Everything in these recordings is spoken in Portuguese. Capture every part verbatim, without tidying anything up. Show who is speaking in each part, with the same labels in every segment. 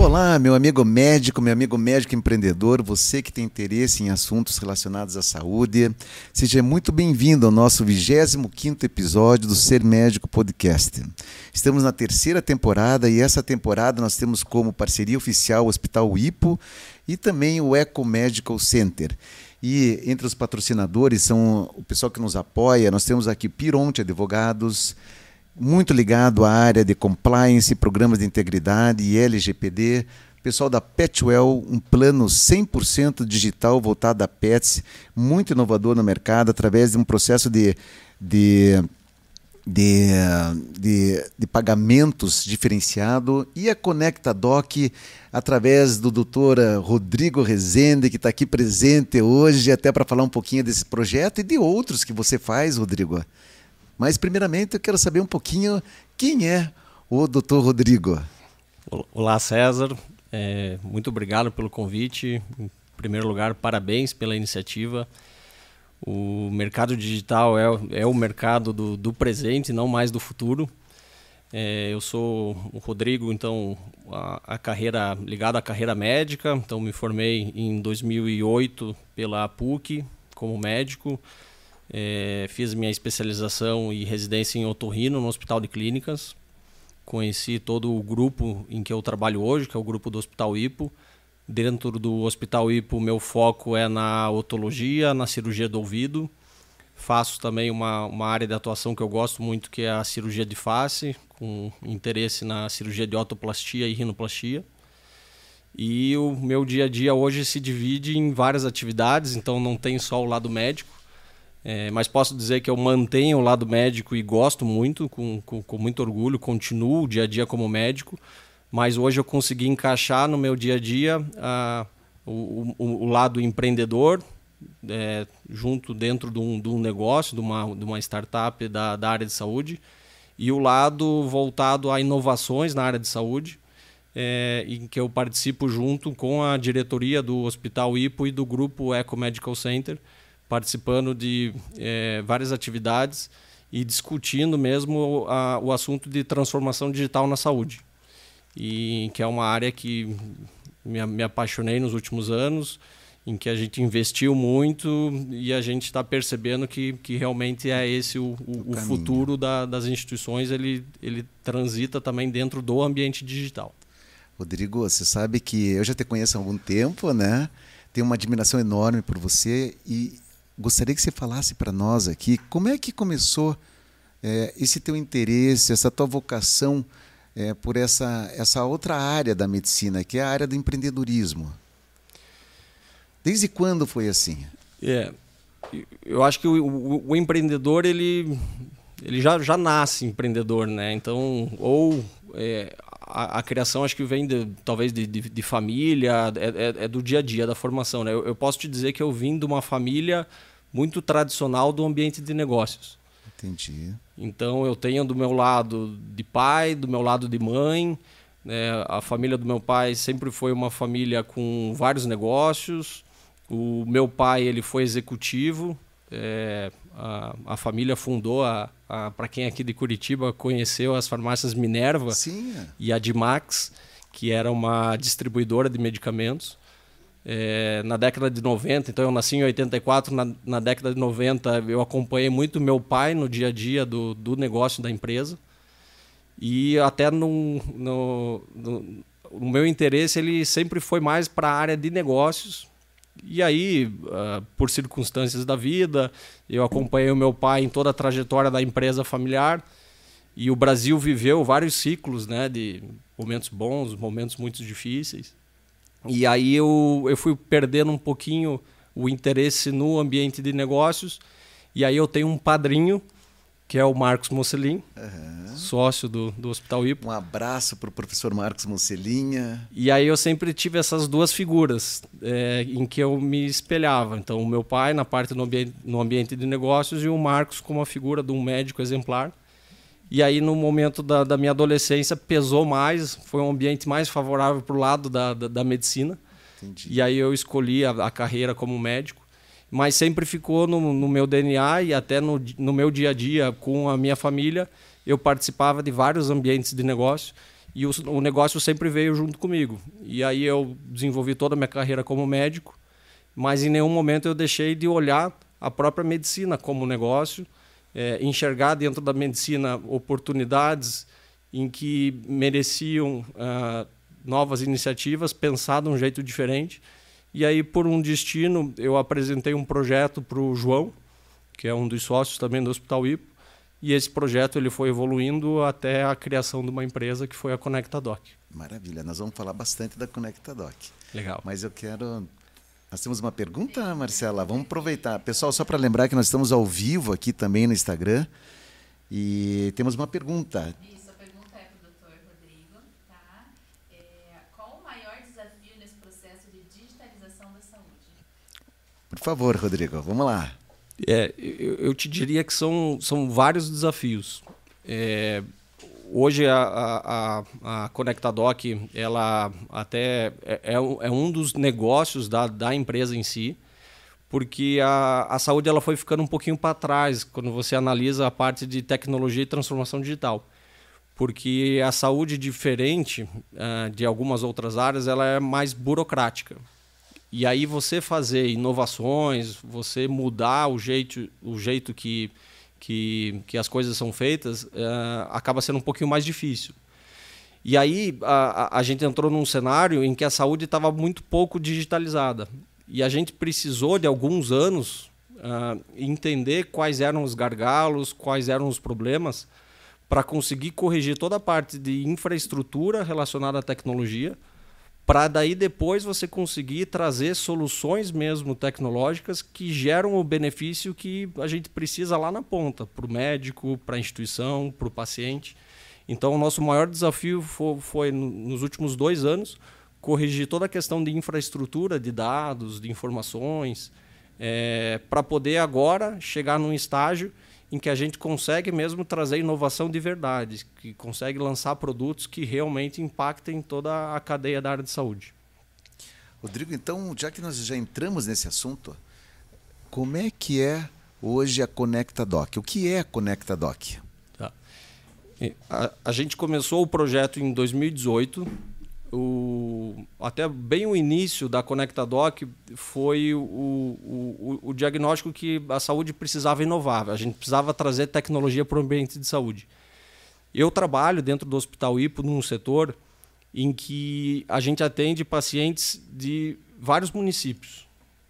Speaker 1: Olá, meu amigo médico, meu amigo médico empreendedor, você que tem interesse em assuntos relacionados à saúde, seja muito bem-vindo ao nosso vigésimo quinto episódio do Ser Médico Podcast. Estamos na terceira temporada e essa temporada nós temos como parceria oficial o Hospital Hipo e também o Eco Medical Center. E entre os patrocinadores são o pessoal que nos apoia, nós temos aqui Pironte Advogados, muito ligado à área de compliance, programas de integridade e L G P D. Pessoal da Petwell, um plano cem por cento digital voltado a pets, muito inovador no mercado, através de um processo de, de, de, de, de pagamentos diferenciado. E a Conecta Doc, através do doutor Rodrigo Rezende, que está aqui presente hoje, até para falar um pouquinho desse projeto e de outros que você faz, Rodrigo. Mas, primeiramente, eu quero saber um pouquinho quem é o doutor Rodrigo.
Speaker 2: Olá, César. É, muito obrigado pelo convite. Em primeiro lugar, parabéns pela iniciativa. O mercado digital é, é o mercado do, do presente, não mais do futuro. É, eu sou o Rodrigo, então, a, a carreira, ligado à carreira médica. Então, me formei em dois mil e oito pela PUC como médico. É, fiz minha especialização e residência em otorrino no Hospital de Clínicas. Conheci todo o grupo em que eu trabalho hoje, que é o grupo do Hospital Hipo. Dentro do Hospital Hipo, meu foco é na otologia, na cirurgia do ouvido. Faço também uma, uma área de atuação que eu gosto muito, que é a cirurgia de face, com interesse na cirurgia de otoplastia e rinoplastia. E o meu dia a dia hoje se divide em várias atividades, então não tem só o lado médico. É, mas posso dizer que eu mantenho o lado médico e gosto muito, com, com, com muito orgulho, continuo o dia a dia como médico, mas hoje eu consegui encaixar no meu dia a dia uh, o, o, o lado empreendedor, é, junto dentro de um, de um negócio, de uma, de uma startup da, da área de saúde, e o lado voltado a inovações na área de saúde, é, em que eu participo junto com a diretoria do Hospital Hipo e do grupo Eco Medical Center, participando de é, várias atividades e discutindo mesmo a, o assunto de transformação digital na saúde. E que é uma área que me, me apaixonei nos últimos anos, em que a gente investiu muito e a gente está percebendo que, que realmente é esse o, o, o futuro da, das instituições, ele, ele transita também dentro do ambiente digital.
Speaker 1: Rodrigo, você sabe que eu já te conheço há algum tempo, né? Tenho uma admiração enorme por você e gostaria que você falasse para nós aqui como é que começou é, esse teu interesse, essa tua vocação é, por essa, essa outra área da medicina, que é a área do empreendedorismo. Desde quando foi assim?
Speaker 2: É, eu acho que o, o, o empreendedor ele, ele já, já nasce empreendedor, né? Então, ou é, a, a criação acho que vem de, talvez de, de, de família, é, é, é do dia a dia, da formação, né? Eu, eu posso te dizer que eu vim de uma família muito tradicional do ambiente de negócios.
Speaker 1: Entendi.
Speaker 2: Então eu tenho do meu lado de pai, do meu lado de mãe, né? A família do meu pai sempre foi uma família com vários negócios. O meu pai ele foi executivo, é, a, a família fundou, a, a, para quem é aqui de Curitiba conheceu as farmácias Minerva.
Speaker 1: Sim.
Speaker 2: E a Dimax, que era uma distribuidora de medicamentos. É, na década de noventa, então eu nasci em oitenta e quatro, na, na década de noventa eu acompanhei muito meu pai no dia a dia do, do negócio da empresa e até no, no, no, o meu interesse ele sempre foi mais para a área de negócios e aí, uh, por circunstâncias da vida, eu acompanhei o meu pai em toda a trajetória da empresa familiar e o Brasil viveu vários ciclos, né, de momentos bons, momentos muito difíceis. E aí eu, eu fui perdendo um pouquinho o interesse no ambiente de negócios. E aí eu tenho um padrinho, que é o Marcos Mocelin, uhum. sócio do, do Hospital Hipo.
Speaker 1: Um abraço para o professor Marcos Mocelinha.
Speaker 2: E aí eu sempre tive essas duas figuras é, em que eu me espelhava. Então o meu pai na parte no ambiente, no ambiente de negócios e o Marcos como a figura de um médico exemplar. E aí, no momento da, da minha adolescência, pesou mais, foi um ambiente mais favorável para o lado da, da, da medicina.
Speaker 1: Entendi.
Speaker 2: E aí eu escolhi a, a carreira como médico. Mas sempre ficou no, no meu D N A e até no, no meu dia a dia com a minha família. Eu participava de vários ambientes de negócio E o, o negócio sempre veio junto comigo. E aí eu desenvolvi toda a minha carreira como médico, mas em nenhum momento eu deixei de olhar a própria medicina como negócio, é, enxergar dentro da medicina oportunidades em que mereciam uh, novas iniciativas, pensar de um jeito diferente. E aí, por um destino, eu apresentei um projeto para o João, que é um dos sócios também do Hospital Hipo, e esse projeto ele foi evoluindo até a criação de uma empresa que foi a ConectaDoc.
Speaker 1: Maravilha, nós vamos falar bastante da ConectaDoc.
Speaker 2: Legal.
Speaker 1: Mas eu quero... Nós temos uma pergunta, Marcela? Vamos aproveitar. Pessoal, só para lembrar que nós estamos ao vivo aqui também no Instagram e temos uma pergunta.
Speaker 3: Isso, a pergunta é para o doutor Rodrigo. Tá? É, qual o maior desafio nesse processo de digitalização da saúde?
Speaker 1: Por favor, Rodrigo, vamos lá.
Speaker 2: É, eu, eu te diria que são, são vários desafios. É, hoje a, a, a ConectaDoc, ela até é, é um dos negócios da, da empresa em si, porque a, a saúde ela foi ficando um pouquinho para trás quando você analisa a parte de tecnologia e transformação digital. Porque a saúde, diferente uh, de algumas outras áreas, ela é mais burocrática. E aí você fazer inovações, você mudar o jeito, o jeito que, que, que as coisas são feitas, uh, acaba sendo um pouquinho mais difícil. E aí a, a gente entrou num cenário em que a saúde estava muito pouco digitalizada. E a gente precisou de alguns anos uh, entender quais eram os gargalos, quais eram os problemas, para conseguir corrigir toda a parte de infraestrutura relacionada à tecnologia, para daí depois você conseguir trazer soluções mesmo tecnológicas que geram o benefício que a gente precisa lá na ponta, para o médico, para a instituição, para o paciente. Então, o nosso maior desafio foi, foi, nos últimos dois anos, corrigir toda a questão de infraestrutura, de dados, de informações, é, para poder agora chegar num estágio em que a gente consegue mesmo trazer inovação de verdade, que consegue lançar produtos que realmente impactem toda a cadeia da área de saúde.
Speaker 1: Rodrigo, então, já que nós já entramos nesse assunto, como é que é hoje a ConectaDoc? O que é a ConectaDoc?
Speaker 2: Tá. A, a gente começou o projeto em dois mil e dezoito. O, até bem o início da ConectaDoc foi o, o, o diagnóstico que a saúde precisava inovar. A gente precisava trazer tecnologia para o ambiente de saúde. Eu trabalho dentro do Hospital Hipo num setor em que a gente atende pacientes de vários municípios.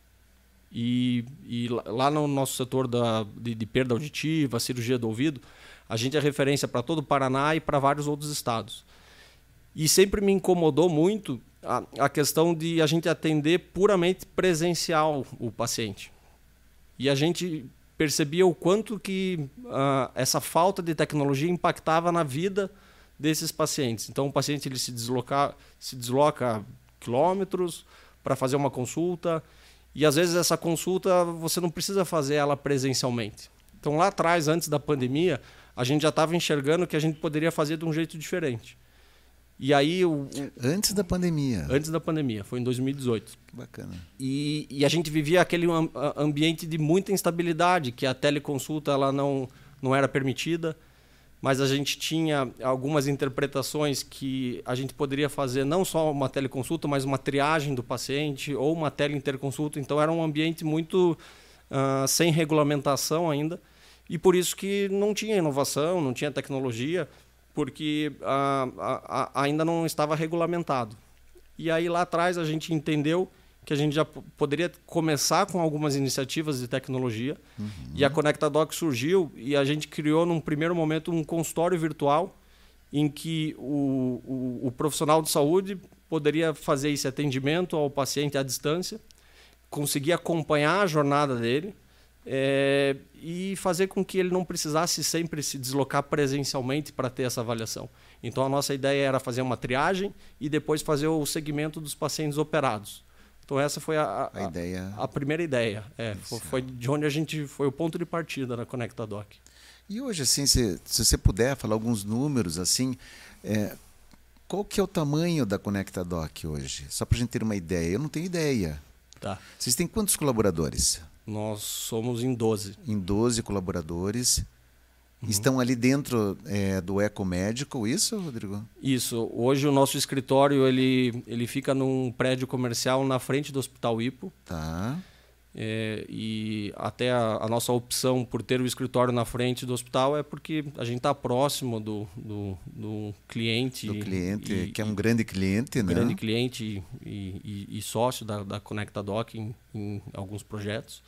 Speaker 2: E, e lá no nosso setor da, de, de perda auditiva, cirurgia do ouvido, a gente é referência para todo o Paraná e para vários outros estados. E sempre me incomodou muito a, a questão de a gente atender puramente presencial o paciente. E a gente percebia o quanto que uh, essa falta de tecnologia impactava na vida desses pacientes. Então, o paciente ele se, desloca, se desloca quilômetros para fazer uma consulta e, às vezes, essa consulta você não precisa fazer ela presencialmente. Então, lá atrás, antes da pandemia, a gente já estava enxergando que a gente poderia fazer de um jeito diferente. E aí o,
Speaker 1: antes da pandemia.
Speaker 2: Antes da pandemia, foi em dois mil e dezoito.
Speaker 1: Que bacana.
Speaker 2: E, e a gente vivia aquele ambiente de muita instabilidade, que a teleconsulta ela não, não era permitida, mas a gente tinha algumas interpretações que a gente poderia fazer não só uma teleconsulta, mas uma triagem do paciente ou uma teleinterconsulta. Então era um ambiente muito uh, sem regulamentação ainda, e por isso que não tinha inovação, não tinha tecnologia, porque ah, a, a, ainda não estava regulamentado. E aí lá atrás a gente entendeu que a gente já p- poderia começar com algumas iniciativas de tecnologia, uhum. E a ConectaDoc surgiu e a gente criou num primeiro momento um consultório virtual em que o, o, o profissional de saúde poderia fazer esse atendimento ao paciente à distância, conseguir acompanhar a jornada dele, É, e fazer com que ele não precisasse sempre se deslocar presencialmente para ter essa avaliação. Então, a nossa ideia era fazer uma triagem e depois fazer o segmento dos pacientes operados. Então, essa foi a, a,
Speaker 1: a, ideia...
Speaker 2: a primeira ideia. É, foi de onde a gente foi o ponto de partida na ConectaDoc.
Speaker 1: E hoje, assim, se, se você puder falar alguns números, assim, é, qual que é o tamanho da ConectaDoc hoje? Só para a gente ter uma ideia. Eu não tenho ideia.
Speaker 2: Tá.
Speaker 1: Vocês têm quantos colaboradores?
Speaker 2: Nós somos em doze.
Speaker 1: Em doze colaboradores. Uhum. Estão ali dentro é, do Ecomédico, isso, Rodrigo?
Speaker 2: Isso. Hoje o nosso escritório ele, ele fica num prédio comercial na frente do Hospital Hipo.
Speaker 1: Tá.
Speaker 2: É, e até a, a nossa opção por ter o escritório na frente do hospital é porque a gente está próximo do, do, do cliente.
Speaker 1: Do cliente,
Speaker 2: e,
Speaker 1: que é um grande cliente,
Speaker 2: um
Speaker 1: né?
Speaker 2: Grande cliente e, e, e sócio da, da ConectaDoc em, em alguns projetos.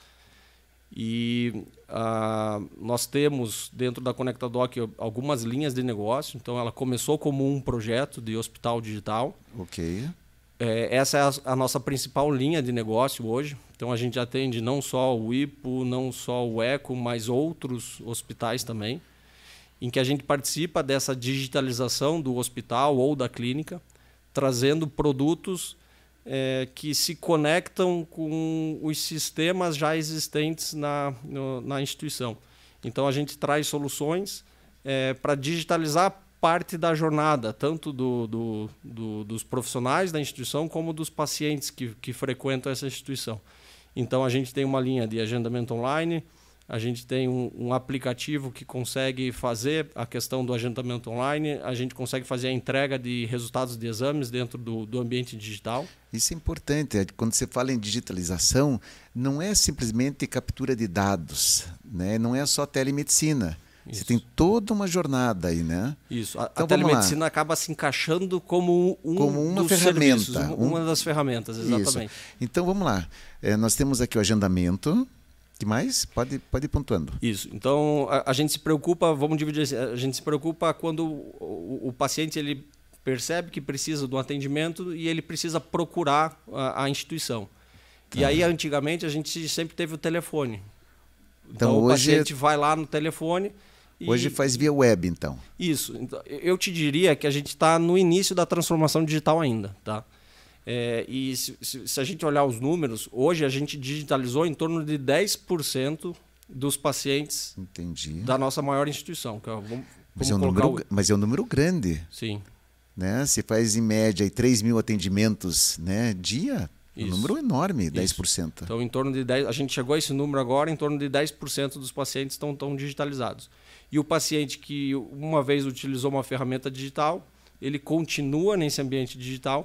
Speaker 2: E uh, nós temos dentro da ConectaDoc algumas linhas de negócio. Então ela começou como um projeto de hospital digital.
Speaker 1: Ok.
Speaker 2: É, essa é a, a nossa principal linha de negócio hoje. Então a gente atende não só o Hipo, não só o Eco, mas outros hospitais também, em que a gente participa dessa digitalização do hospital ou da clínica, trazendo produtos é, que se conectam com os sistemas já existentes na, no, na instituição. Então a gente traz soluções é, para digitalizar parte da jornada, tanto do, do, do, dos profissionais da instituição como dos pacientes que, que frequentam essa instituição. Então, a gente tem uma linha de agendamento online, a gente tem um, um aplicativo que consegue fazer a questão do agendamento online, a gente consegue fazer a entrega de resultados de exames dentro do, do ambiente digital.
Speaker 1: Isso é importante. Quando você fala em digitalização, não é simplesmente captura de dados, né? Não é só telemedicina. Isso. Você tem toda uma jornada aí, né?
Speaker 2: Isso. A, então, a telemedicina acaba se encaixando como um
Speaker 1: como uma
Speaker 2: dos
Speaker 1: ferramenta,
Speaker 2: serviços, uma um... das ferramentas, exatamente.
Speaker 1: Isso. Então vamos lá. É, nós temos aqui o agendamento. Que mais? Pode, pode ir pontuando.
Speaker 2: Isso. Então a, a gente se preocupa, vamos dividir assim, a gente se preocupa quando o, o, o paciente ele percebe que precisa do atendimento e ele precisa procurar a, a instituição. Tá. E aí antigamente a gente sempre teve o telefone. Então, então o
Speaker 1: hoje...
Speaker 2: paciente vai lá no telefone.
Speaker 1: Hoje faz via web, então.
Speaker 2: Isso. Então, eu te diria que a gente está no início da transformação digital ainda. Tá? É, e se, se, se a gente olhar os números, hoje a gente digitalizou em torno de dez por cento dos pacientes
Speaker 1: Entendi.
Speaker 2: Da nossa maior instituição. Que é, vamos,
Speaker 1: mas, vamos é um número, o... mas é um número grande.
Speaker 2: Sim.
Speaker 1: Né? Se faz em média três mil atendimentos, né, dia... Isso. Um número enorme, dez por cento.
Speaker 2: Isso. Então, em torno de dez, a gente chegou a esse número agora, em torno de dez por cento dos pacientes estão, estão digitalizados. E o paciente que uma vez utilizou uma ferramenta digital, ele continua nesse ambiente digital,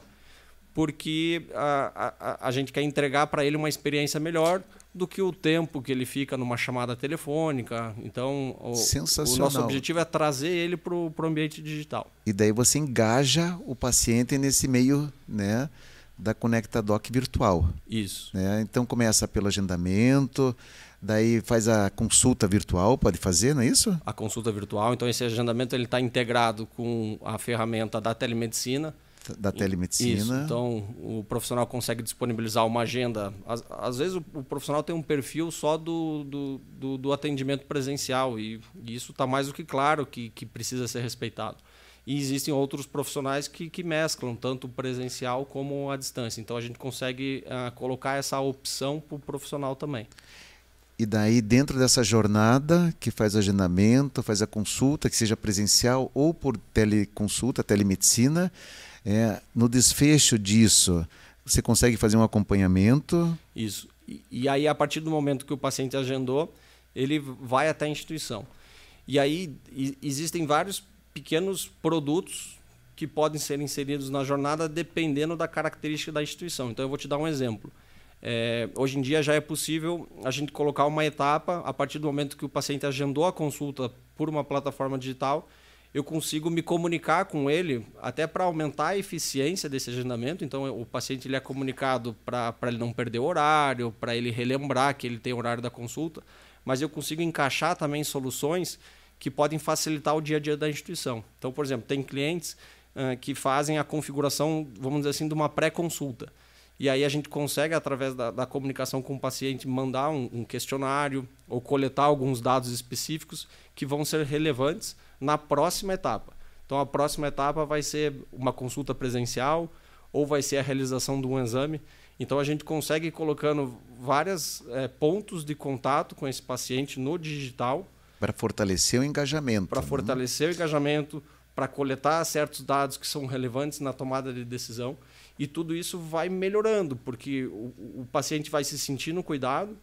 Speaker 2: porque a, a, a gente quer entregar para ele uma experiência melhor do que o tempo que ele fica numa chamada telefônica. Então, o, o nosso objetivo é trazer ele para o ambiente digital.
Speaker 1: E daí você engaja o paciente nesse meio, né, da ConectaDoc virtual.
Speaker 2: Isso.
Speaker 1: Né? Então começa pelo agendamento, daí faz a consulta virtual, pode fazer, não é isso?
Speaker 2: A consulta virtual, então esse agendamento ele está integrado com a ferramenta da telemedicina.
Speaker 1: Da telemedicina.
Speaker 2: Isso. Então o profissional consegue disponibilizar uma agenda. Às, às vezes o, o profissional tem um perfil só do, do, do, do atendimento presencial e, e isso está mais do que claro que, que precisa ser respeitado. E existem outros profissionais que, que mesclam tanto o presencial como a distância. Então, a gente consegue uh, colocar essa opção para o profissional também.
Speaker 1: E daí, dentro dessa jornada, que faz o agendamento, faz a consulta, que seja presencial ou por teleconsulta, telemedicina, é, no desfecho disso, você consegue fazer um acompanhamento?
Speaker 2: Isso. E, e aí, a partir do momento que o paciente agendou, ele vai até a instituição. E aí, e, existem vários pequenos produtos que podem ser inseridos na jornada dependendo da característica da instituição. Então, eu vou te dar um exemplo. É, hoje em dia já é possível a gente colocar uma etapa, a partir do momento que o paciente agendou a consulta por uma plataforma digital, eu consigo me comunicar com ele até para aumentar a eficiência desse agendamento. Então, o paciente ele é comunicado para ele não perder o horário, para ele relembrar que ele tem o horário da consulta, mas eu consigo encaixar também soluções que podem facilitar o dia a dia da instituição. Então, por exemplo, tem clientes uh, que fazem a configuração, vamos dizer assim, de uma pré-consulta. E aí a gente consegue, através da, da comunicação com o paciente, mandar um, um questionário ou coletar alguns dados específicos que vão ser relevantes na próxima etapa. Então, a próxima etapa vai ser uma consulta presencial ou vai ser a realização de um exame. Então, a gente consegue ir colocando vários é, pontos de contato com esse paciente no digital,
Speaker 1: para fortalecer o engajamento.
Speaker 2: Para
Speaker 1: né?
Speaker 2: fortalecer o engajamento, para coletar certos dados que são relevantes na tomada de decisão. E tudo isso vai melhorando, porque o, o paciente vai se sentindo cuidado,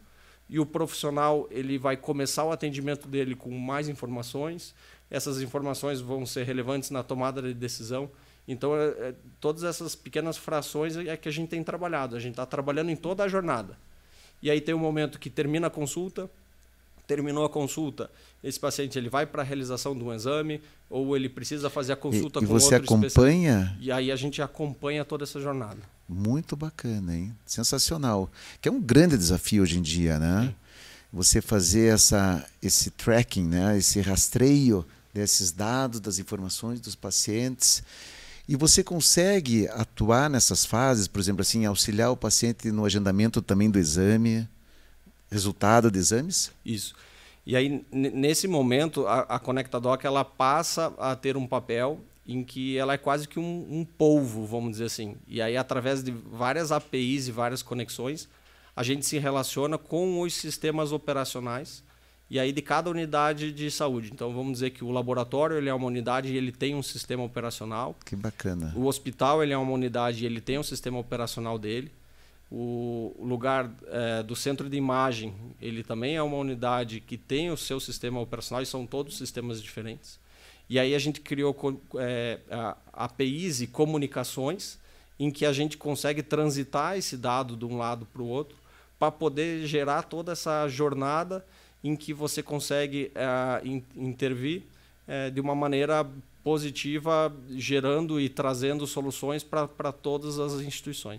Speaker 2: e o profissional ele vai começar o atendimento dele com mais informações. Essas informações vão ser relevantes na tomada de decisão. Então, é, é, todas essas pequenas frações é que a gente tem trabalhado. A gente está trabalhando em toda a jornada. E aí tem um momento que termina a consulta, terminou a consulta, esse paciente ele vai para a realização de um exame ou ele precisa fazer a consulta
Speaker 1: e,
Speaker 2: com
Speaker 1: e você
Speaker 2: outro
Speaker 1: acompanha?
Speaker 2: E aí a gente acompanha toda essa jornada.
Speaker 1: Muito bacana, hein? Sensacional. Que é um grande desafio hoje em dia, né? Sim. Você fazer essa, esse tracking, né? Esse rastreio desses dados, das informações dos pacientes. E você consegue atuar nessas fases, por exemplo, assim, auxiliar o paciente no agendamento também do exame, resultado de exames?
Speaker 2: Isso. E aí, nesse momento, a, a ConectaDoc ela passa a ter um papel em que ela é quase que um, um polvo, vamos dizer assim. E aí, através de várias A P Is e várias conexões, a gente se relaciona com os sistemas operacionais e aí de cada unidade de saúde. Então, vamos dizer que o laboratório ele é uma unidade e ele tem um sistema operacional.
Speaker 1: Que bacana.
Speaker 2: O hospital ele é uma unidade e ele tem um sistema operacional dele. O lugar é, do centro de imagem, ele também é uma unidade que tem o seu sistema operacional e são todos sistemas diferentes. E aí a gente criou é, A P Is e comunicações em que a gente consegue transitar esse dado de um lado para o outro para poder gerar toda essa jornada em que você consegue é, in, intervir é, de uma maneira positiva, gerando e trazendo soluções para todas as instituições.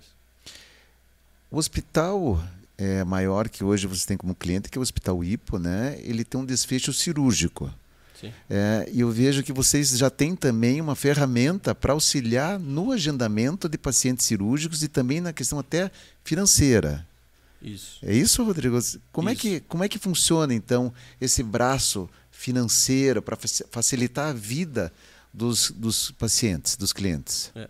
Speaker 1: O hospital é maior que hoje você tem como cliente, que é o Hospital Hipo, né? Ele tem um desfecho cirúrgico.
Speaker 2: Sim.
Speaker 1: É, e eu vejo que vocês já têm também uma ferramenta para auxiliar no agendamento de pacientes cirúrgicos e também na questão até financeira.
Speaker 2: Isso.
Speaker 1: É isso, Rodrigo? Como,
Speaker 2: isso.
Speaker 1: É que, como é que funciona, então, esse braço financeiro para facilitar a vida dos, dos pacientes, dos clientes?
Speaker 2: É.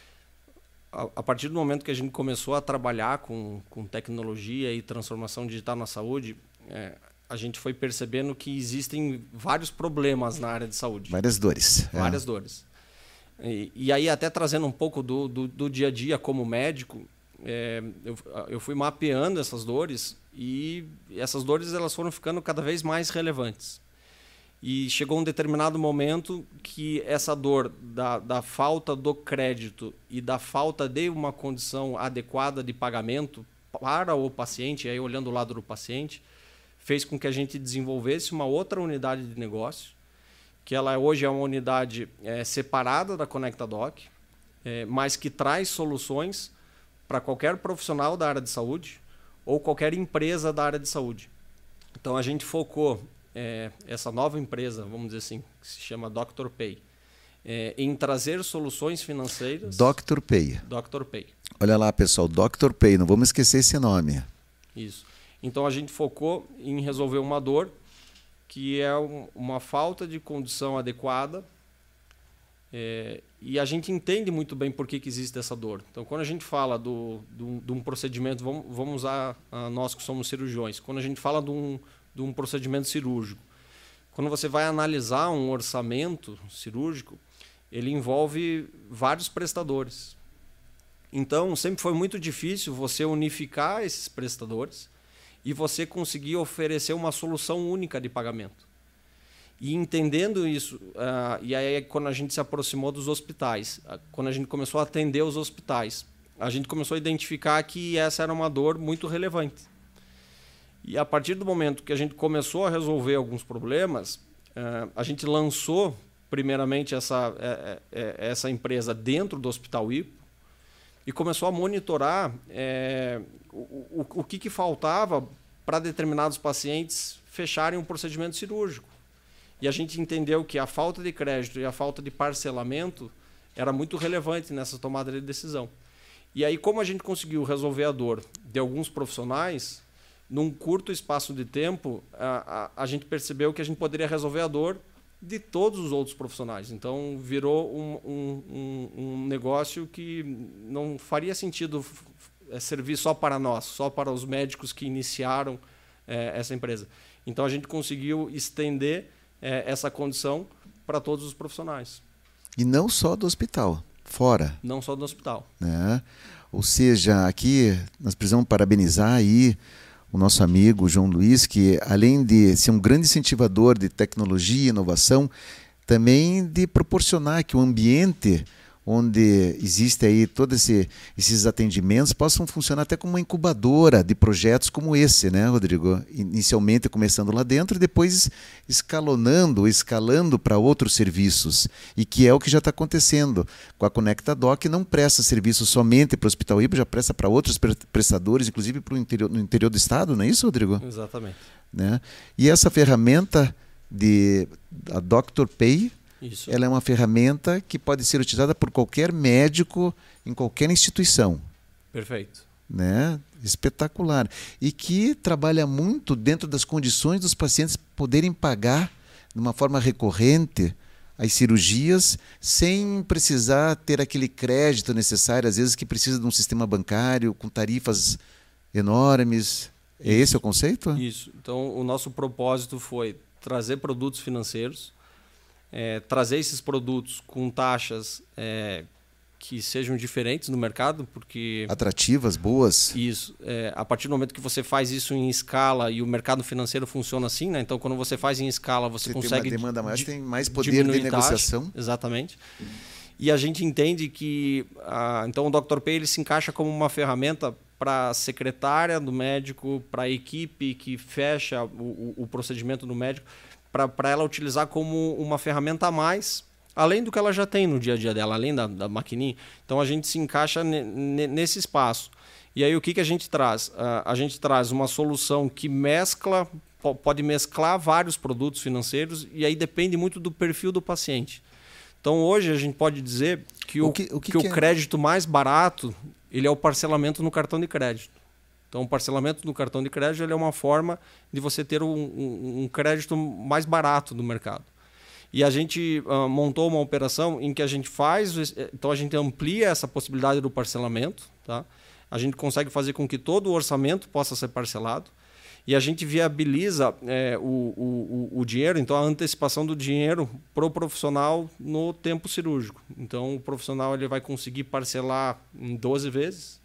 Speaker 2: A partir do momento que a gente começou a trabalhar com, com tecnologia e transformação digital na saúde, é, a gente foi percebendo que existem vários problemas na área de saúde.
Speaker 1: Várias dores.
Speaker 2: Várias
Speaker 1: é.
Speaker 2: dores. E, e aí, até trazendo um pouco do, do, do dia a dia como médico, é, eu, eu fui mapeando essas dores e essas dores elas foram ficando cada vez mais relevantes. E chegou um determinado momento que essa dor da, da falta do crédito e da falta de uma condição adequada de pagamento para o paciente, aí olhando o lado do paciente, fez com que a gente desenvolvesse uma outra unidade de negócio, que ela hoje é uma unidade é, separada da ConectaDoc, é, mas que traz soluções para qualquer profissional da área de saúde ou qualquer empresa da área de saúde. Então a gente focou É, essa nova empresa, vamos dizer assim, que se chama doutor Pay, é, em trazer soluções financeiras.
Speaker 1: doutor Pay.
Speaker 2: doutor Pay.
Speaker 1: Olha lá, pessoal, doutor Pay, não vamos esquecer esse nome.
Speaker 2: Isso. Então a gente focou em resolver uma dor que é um, uma falta de condição adequada é, e a gente entende muito bem por que, que existe essa dor. Então quando a gente fala do, do, de um procedimento, vamos, vamos usar a nós que somos cirurgiões, quando a gente fala de um de um procedimento cirúrgico. Quando você vai analisar um orçamento cirúrgico, ele envolve vários prestadores. Então, sempre foi muito difícil você unificar esses prestadores e você conseguir oferecer uma solução única de pagamento. E entendendo isso, uh, e aí quando a gente se aproximou dos hospitais, uh, quando a gente começou a atender os hospitais, a gente começou a identificar que essa era uma dor muito relevante. E a partir do momento que a gente começou a resolver alguns problemas, a gente lançou primeiramente essa, essa empresa dentro do Hospital Hipo e começou a monitorar é, o, o, o que, que faltava para determinados pacientes fecharem um procedimento cirúrgico. E a gente entendeu que a falta de crédito e a falta de parcelamento era muito relevante nessa tomada de decisão. E aí, como a gente conseguiu resolver a dor de alguns profissionais, num curto espaço de tempo, a, a, a gente percebeu que a gente poderia resolver a dor de todos os outros profissionais. Então, virou um, um, um, um negócio que não faria sentido servir só para nós, só para os médicos que iniciaram é, essa empresa. Então, a gente conseguiu estender é, essa condição para todos os profissionais.
Speaker 1: E não só do hospital, fora.
Speaker 2: Não só do hospital.
Speaker 1: Né? Ou seja, aqui nós precisamos parabenizar aí o nosso amigo João Luiz, que além de ser um grande incentivador de tecnologia e inovação, também de proporcionar que o ambiente onde existe aí todos esse, esses atendimentos possam funcionar até como uma incubadora de projetos como esse, né, Rodrigo? Inicialmente começando lá dentro e depois escalonando, escalando para outros serviços, e que é o que já está acontecendo com a ConectaDoc. Não presta serviço somente para o Hospital Ibra, já presta para outros prestadores, inclusive para o interior, no interior do estado, não é isso, Rodrigo?
Speaker 2: Exatamente.
Speaker 1: Né? E essa ferramenta de a doutor Pay,
Speaker 2: Isso.
Speaker 1: ela é uma ferramenta que pode ser utilizada por qualquer médico em qualquer instituição.
Speaker 2: Perfeito.
Speaker 1: Né? Espetacular. E que trabalha muito dentro das condições dos pacientes poderem pagar de uma forma recorrente as cirurgias sem precisar ter aquele crédito necessário, às vezes que precisa de um sistema bancário com tarifas enormes. É esse o conceito?
Speaker 2: Isso. Então, o nosso propósito foi trazer produtos financeiros, É, trazer esses produtos com taxas é, que sejam diferentes no mercado, porque...
Speaker 1: Atrativas, boas.
Speaker 2: Isso. É, a partir do momento que você faz isso em escala, e o mercado financeiro funciona assim, né? Então, quando você faz em escala, você,
Speaker 1: você
Speaker 2: consegue...
Speaker 1: tem uma demanda maior, tem mais poder de negociação.
Speaker 2: Taxa, exatamente. E a gente entende que... Ah, então, o doutor Pay ele se encaixa como uma ferramenta para a secretária do médico, para a equipe que fecha o, o, o procedimento do médico, para ela utilizar como uma ferramenta a mais, além do que ela já tem no dia a dia dela, além da, da maquininha. Então, a gente se encaixa ne, ne, nesse espaço. E aí, o que, que a gente traz? Uh, a gente traz uma solução que mescla, pode mesclar vários produtos financeiros, e aí depende muito do perfil do paciente. Então, hoje, a gente pode dizer que o, o, que, o, que que que o crédito é? mais barato ele é o parcelamento no cartão de crédito. Então, o parcelamento no cartão de crédito ele é uma forma de você ter um, um, um crédito mais barato no mercado. E a gente uh, montou uma operação em que a gente faz... Então, a gente amplia essa possibilidade do parcelamento. Tá? A gente consegue fazer com que todo o orçamento possa ser parcelado. E a gente viabiliza é, o, o, o dinheiro, então a antecipação do dinheiro para o profissional no tempo cirúrgico. Então, o profissional ele vai conseguir parcelar em doze vezes,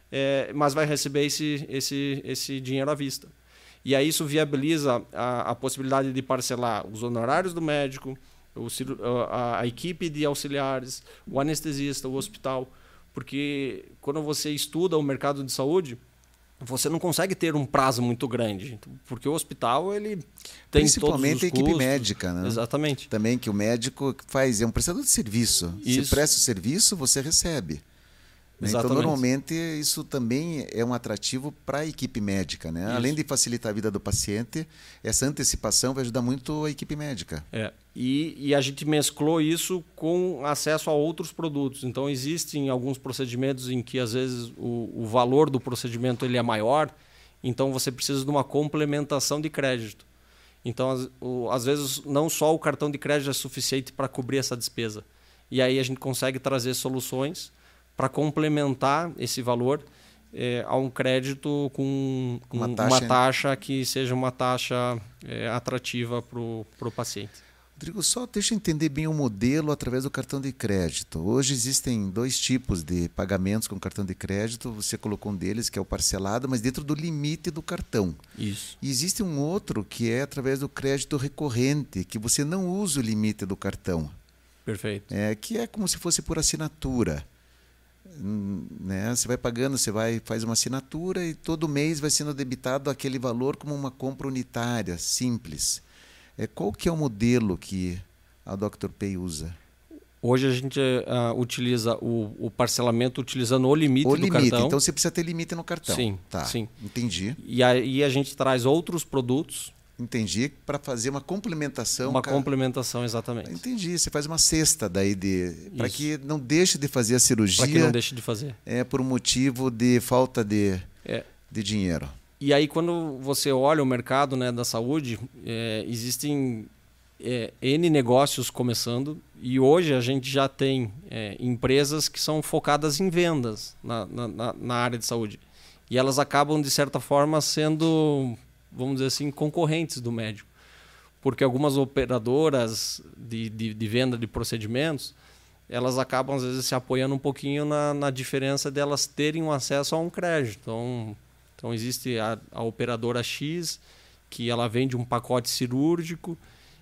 Speaker 2: É, mas vai receber esse, esse, esse dinheiro à vista. E aí isso viabiliza a, a possibilidade de parcelar os honorários do médico, o, a, a equipe de auxiliares, o anestesista, o hospital. Porque quando você estuda o mercado de saúde, você não consegue ter um prazo muito grande. Porque o hospital ele tem
Speaker 1: principalmente
Speaker 2: todos os
Speaker 1: a equipe
Speaker 2: custos.
Speaker 1: médica, né?
Speaker 2: Exatamente.
Speaker 1: Também que o médico faz, é um prestador de serviço.
Speaker 2: Isso.
Speaker 1: Se presta o serviço, você recebe. Então, normalmente, isso também é um atrativo para a equipe médica. Né? Além de facilitar a vida do paciente, essa antecipação vai ajudar muito a equipe médica.
Speaker 2: É. E, e a gente mesclou isso com acesso a outros produtos. Então, existem alguns procedimentos em que, às vezes, o, o valor do procedimento ele é maior, então você precisa de uma complementação de crédito. Então, às, o, às vezes, não só o cartão de crédito é suficiente para cobrir essa despesa. E aí a gente consegue trazer soluções para complementar esse valor é, a um crédito com, com uma, taxa, uma taxa que seja uma taxa é, atrativa para o paciente.
Speaker 1: Rodrigo, só deixa eu entender bem o modelo através do cartão de crédito. Hoje existem dois tipos de pagamentos com cartão de crédito. Você colocou um deles, que é o parcelado, mas dentro do limite do cartão.
Speaker 2: Isso.
Speaker 1: E existe um outro que é através do crédito recorrente, que você não usa o limite do cartão.
Speaker 2: Perfeito.
Speaker 1: É, que é como se fosse por assinatura. Né? Você vai pagando, você vai faz uma assinatura e todo mês vai sendo debitado aquele valor como uma compra unitária, simples. É, qual que é o modelo que a doutor Pay usa?
Speaker 2: Hoje a gente uh, utiliza o, o parcelamento utilizando o limite
Speaker 1: o
Speaker 2: do
Speaker 1: limite.
Speaker 2: cartão.
Speaker 1: Então você precisa ter limite no cartão.
Speaker 2: Sim,
Speaker 1: tá.
Speaker 2: sim.
Speaker 1: Entendi.
Speaker 2: E aí a gente traz outros produtos.
Speaker 1: Entendi, para fazer uma complementação.
Speaker 2: Uma
Speaker 1: cara.
Speaker 2: complementação, exatamente.
Speaker 1: Entendi, você faz uma cesta daí de para que não deixe de fazer a cirurgia.
Speaker 2: Para que não deixe de fazer.
Speaker 1: É por um motivo de falta de,
Speaker 2: é.
Speaker 1: de dinheiro.
Speaker 2: E aí quando você olha o mercado, né, da saúde, é, existem é, N negócios começando e hoje a gente já tem é, empresas que são focadas em vendas na, na, na área de saúde. E elas acabam, de certa forma, sendo, vamos dizer assim, concorrentes do médico. Porque algumas operadoras de, de, de venda de procedimentos, elas acabam, às vezes, se apoiando um pouquinho na, na diferença delas terem um acesso a um crédito. Então, Então existe a, a operadora X, que ela vende um pacote cirúrgico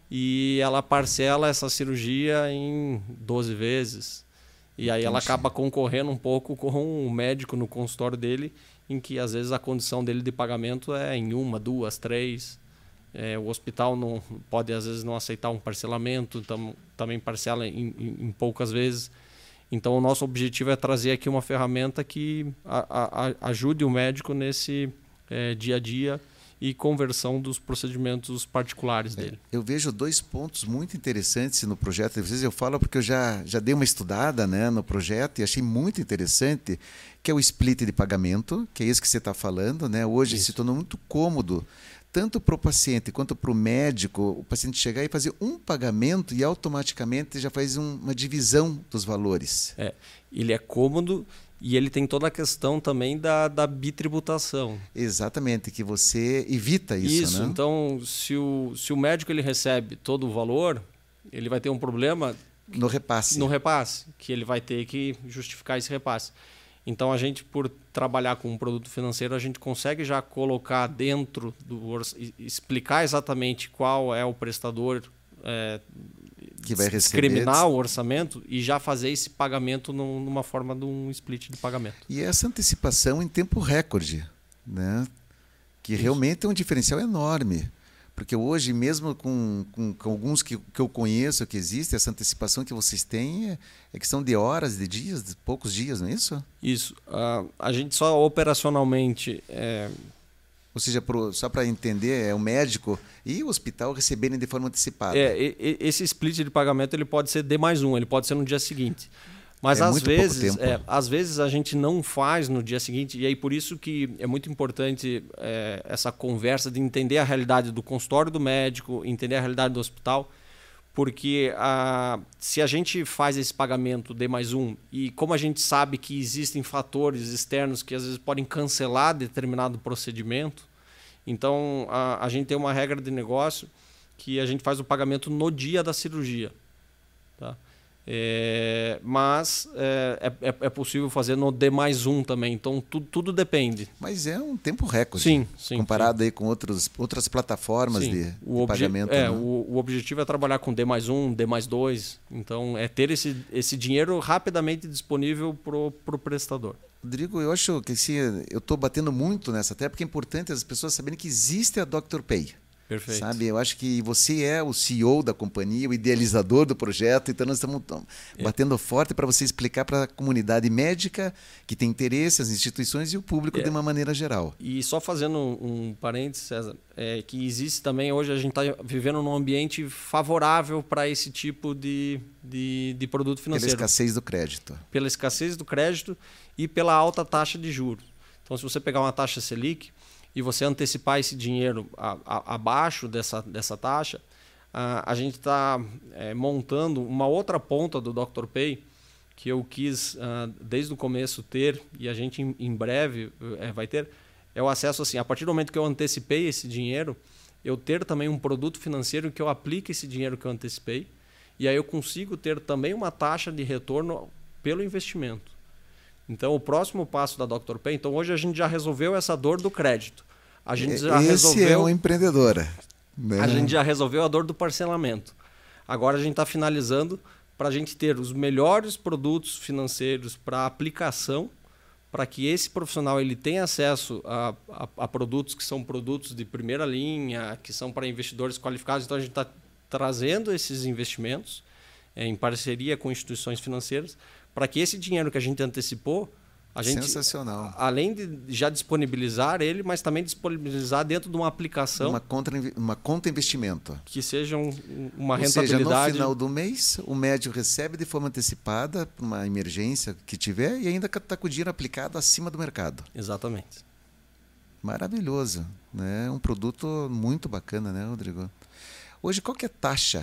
Speaker 2: e ela parcela essa cirurgia em doze vezes. E aí ela acaba concorrendo um pouco com o médico no consultório dele, em que às vezes a condição dele de pagamento é em uma, duas, três. É, o hospital não pode às vezes não aceitar um parcelamento, tam, também parcela em, em, em poucas vezes. Então o nosso objetivo é trazer aqui uma ferramenta que a, a, ajude o médico nesse é, dia a dia e conversão dos procedimentos particulares dele.
Speaker 1: Eu vejo dois pontos muito interessantes no projeto. Às vezes eu falo porque eu já, já dei uma estudada, né, no projeto e achei muito interessante, que é o split de pagamento, que é isso que você está falando, né? Hoje isso se tornou muito cômodo, tanto para o paciente quanto para o médico, o paciente chegar e fazer um pagamento e automaticamente já faz um, uma divisão dos valores.
Speaker 2: É, ele é cômodo. E ele tem toda a questão também da, da bitributação.
Speaker 1: Exatamente, que você evita isso,
Speaker 2: isso,
Speaker 1: né?
Speaker 2: Então, se o, se o médico ele recebe todo o valor, ele vai ter um problema
Speaker 1: no repasse.
Speaker 2: No repasse, que ele vai ter que justificar esse repasse. Então, a gente, por trabalhar com um produto financeiro, a gente consegue já colocar dentro do explicar exatamente qual é o prestador é,
Speaker 1: que vai receber,
Speaker 2: discriminar o orçamento e já fazer esse pagamento numa forma de um split de pagamento.
Speaker 1: E essa antecipação em tempo recorde, né? Que Isso. realmente é um diferencial enorme. Porque hoje, mesmo com, com, com alguns que, que eu conheço que existe, essa antecipação que vocês têm é, é questão de horas, de dias, de poucos dias, não é isso?
Speaker 2: Isso. Uh, a gente só operacionalmente... É...
Speaker 1: Ou seja, pro, só para entender, é o médico e o hospital receberem de forma antecipada.
Speaker 2: É, e, esse split de pagamento ele pode ser D mais um, ele pode ser no dia seguinte. Mas
Speaker 1: é
Speaker 2: às
Speaker 1: muito
Speaker 2: vezes,
Speaker 1: pouco tempo.
Speaker 2: É, às vezes a gente não faz no dia seguinte, e aí por isso que é muito importante é, essa conversa de entender a realidade do consultório do médico, entender a realidade do hospital, porque a, se a gente faz esse pagamento D mais um, e como a gente sabe que existem fatores externos que às vezes podem cancelar determinado procedimento, então a, a gente tem uma regra de negócio que a gente faz o pagamento no dia da cirurgia. Tá? É, mas é, é, é possível fazer no D mais um também, então tudo, tudo depende.
Speaker 1: Mas é um tempo recorde,
Speaker 2: sim, sim,
Speaker 1: comparado
Speaker 2: sim.
Speaker 1: Aí com outros, outras plataformas
Speaker 2: sim.
Speaker 1: de, de
Speaker 2: o
Speaker 1: pagamento.
Speaker 2: É,
Speaker 1: né?
Speaker 2: o, o objetivo é trabalhar com D mais um, D mais dois, então é ter esse, esse dinheiro rapidamente disponível para o prestador.
Speaker 1: Rodrigo, eu acho que assim, eu estou batendo muito nessa tecla, porque é importante as pessoas saberem que existe a doutor Pay.
Speaker 2: Perfeito.
Speaker 1: Sabe, eu acho que você é o C E O da companhia, o idealizador do projeto, então nós estamos é. batendo forte para você explicar para a comunidade médica que tem interesse, as instituições e o público é. de uma maneira geral.
Speaker 2: E só fazendo um, um parênteses, César, é que existe também, hoje a gente está vivendo num ambiente favorável para esse tipo de, de, de produto financeiro.
Speaker 1: Pela escassez do crédito.
Speaker 2: Pela escassez do crédito e pela alta taxa de juros. Então, se você pegar uma taxa Selic e você antecipar esse dinheiro a, a, abaixo dessa, dessa taxa, a, a gente está é, montando uma outra ponta do doutor Pay que eu quis uh, desde o começo ter, e a gente em, em breve é, vai ter, é o acesso assim, a partir do momento que eu antecipei esse dinheiro, eu ter também um produto financeiro que eu aplique esse dinheiro que eu antecipei, e aí eu consigo ter também uma taxa de retorno pelo investimento. Então, o próximo passo da doutor Pay, então hoje a gente já resolveu essa dor do crédito. A gente já
Speaker 1: Esse
Speaker 2: resolveu,
Speaker 1: é uma empreendedora. Né?
Speaker 2: A gente já resolveu a dor do parcelamento. Agora a gente está finalizando para a gente ter os melhores produtos financeiros para aplicação, para que esse profissional ele tenha acesso a, a, a produtos que são produtos de primeira linha, que são para investidores qualificados. Então, a gente está trazendo esses investimentos é, em parceria com instituições financeiras, para que esse dinheiro que a gente antecipou, a gente,
Speaker 1: sensacional.
Speaker 2: Além de já disponibilizar ele, mas também disponibilizar dentro de uma aplicação.
Speaker 1: Uma conta, uma conta investimento.
Speaker 2: Que seja um, uma
Speaker 1: Ou
Speaker 2: rentabilidade.
Speaker 1: Ou seja, no final do mês, o médico recebe de forma antecipada, para uma emergência que tiver, e ainda está com o dinheiro aplicado acima do mercado.
Speaker 2: Exatamente.
Speaker 1: Maravilhoso. Né? Um produto muito bacana, né, Rodrigo? Hoje, qual que é a taxa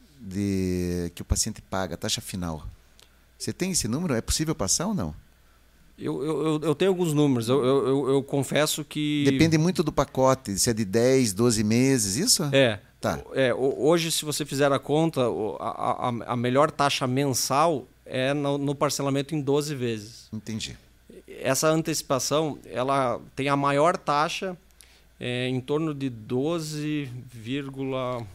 Speaker 1: de, que o paciente paga, a taxa final? Você tem esse número? É possível passar ou não?
Speaker 2: Eu, eu, eu tenho alguns números. Eu, eu, eu, eu confesso que...
Speaker 1: Depende muito do pacote. Se é de dez, doze meses, isso?
Speaker 2: É.
Speaker 1: Tá.
Speaker 2: É, hoje, se você fizer a conta, a, a, a melhor taxa mensal é no, no parcelamento em doze vezes.
Speaker 1: Entendi.
Speaker 2: essa antecipação ela tem a maior taxa, é, em torno de doze vírgula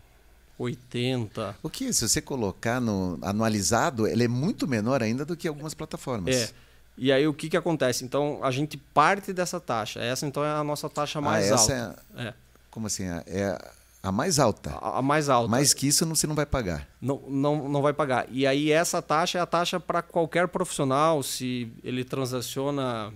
Speaker 2: oitenta.
Speaker 1: O que, se você colocar no anualizado, ele é muito menor ainda do que algumas plataformas.
Speaker 2: É. E aí o que, que acontece? Então a gente parte dessa taxa. Essa então é a nossa taxa mais
Speaker 1: ah, essa
Speaker 2: alta.
Speaker 1: É,
Speaker 2: é.
Speaker 1: Como assim? É a mais alta.
Speaker 2: A, a mais alta.
Speaker 1: Mais que isso você não vai pagar.
Speaker 2: Não, não, não vai pagar. E aí essa taxa é a taxa para qualquer profissional, se ele transaciona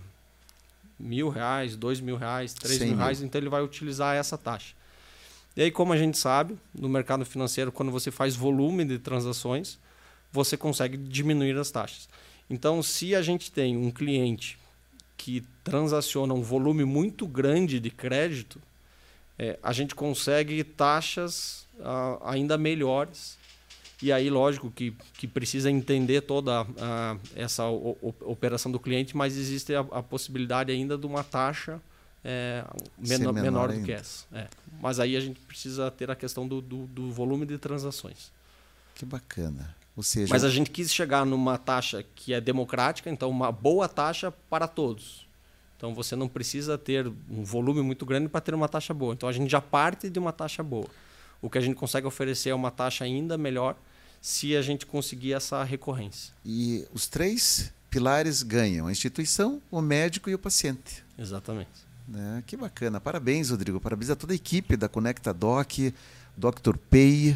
Speaker 2: mil reais, dois mil reais, três mil reais, então ele vai utilizar essa taxa. E aí, como a gente sabe, no mercado financeiro, quando você faz volume de transações, você consegue diminuir as taxas. Então, se a gente tem um cliente que transaciona um volume muito grande de crédito, é, a gente consegue taxas ah, ainda melhores. E aí, lógico, que, que precisa entender toda ah, essa o, o, operação do cliente, mas existe a, a possibilidade ainda de uma taxa É, menor, menor, menor do que essa. É. Mas aí a gente precisa ter a questão do, do, do volume de transações.
Speaker 1: Que bacana. Ou seja,
Speaker 2: Mas a gente quis chegar numa taxa que é democrática, então uma boa taxa para todos. Então você não precisa ter um volume muito grande para ter uma taxa boa. Então a gente já parte de uma taxa boa. O que a gente consegue oferecer é uma taxa ainda melhor se a gente conseguir essa recorrência.
Speaker 1: E os três pilares ganham: a instituição, o médico e o paciente.
Speaker 2: Exatamente.
Speaker 1: É, que bacana. Parabéns, Rodrigo. Parabéns a toda a equipe da Conecta Doc, doutor Pay.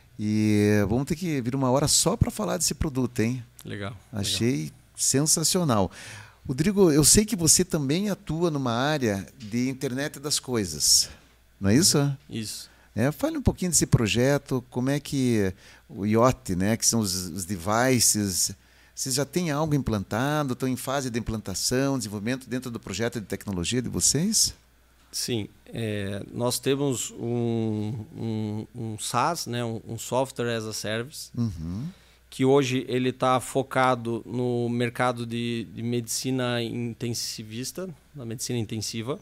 Speaker 1: E vamos ter que vir uma hora só para falar desse produto, hein?
Speaker 2: Legal.
Speaker 1: Achei
Speaker 2: legal.
Speaker 1: sensacional. Rodrigo, eu sei que você também atua numa área de internet das coisas, não é isso?
Speaker 2: Isso.
Speaker 1: É, fale um pouquinho desse projeto, como é que o I O T, né, que são os, os devices... Vocês já têm algo implantado? Estão em fase de implantação, desenvolvimento dentro do projeto de tecnologia de vocês?
Speaker 2: Sim. É, nós temos um, um, um SaaS, né, um, um Software as a Service,
Speaker 1: uhum.
Speaker 2: que hoje ele está focado no mercado de, de medicina intensivista, na medicina intensiva.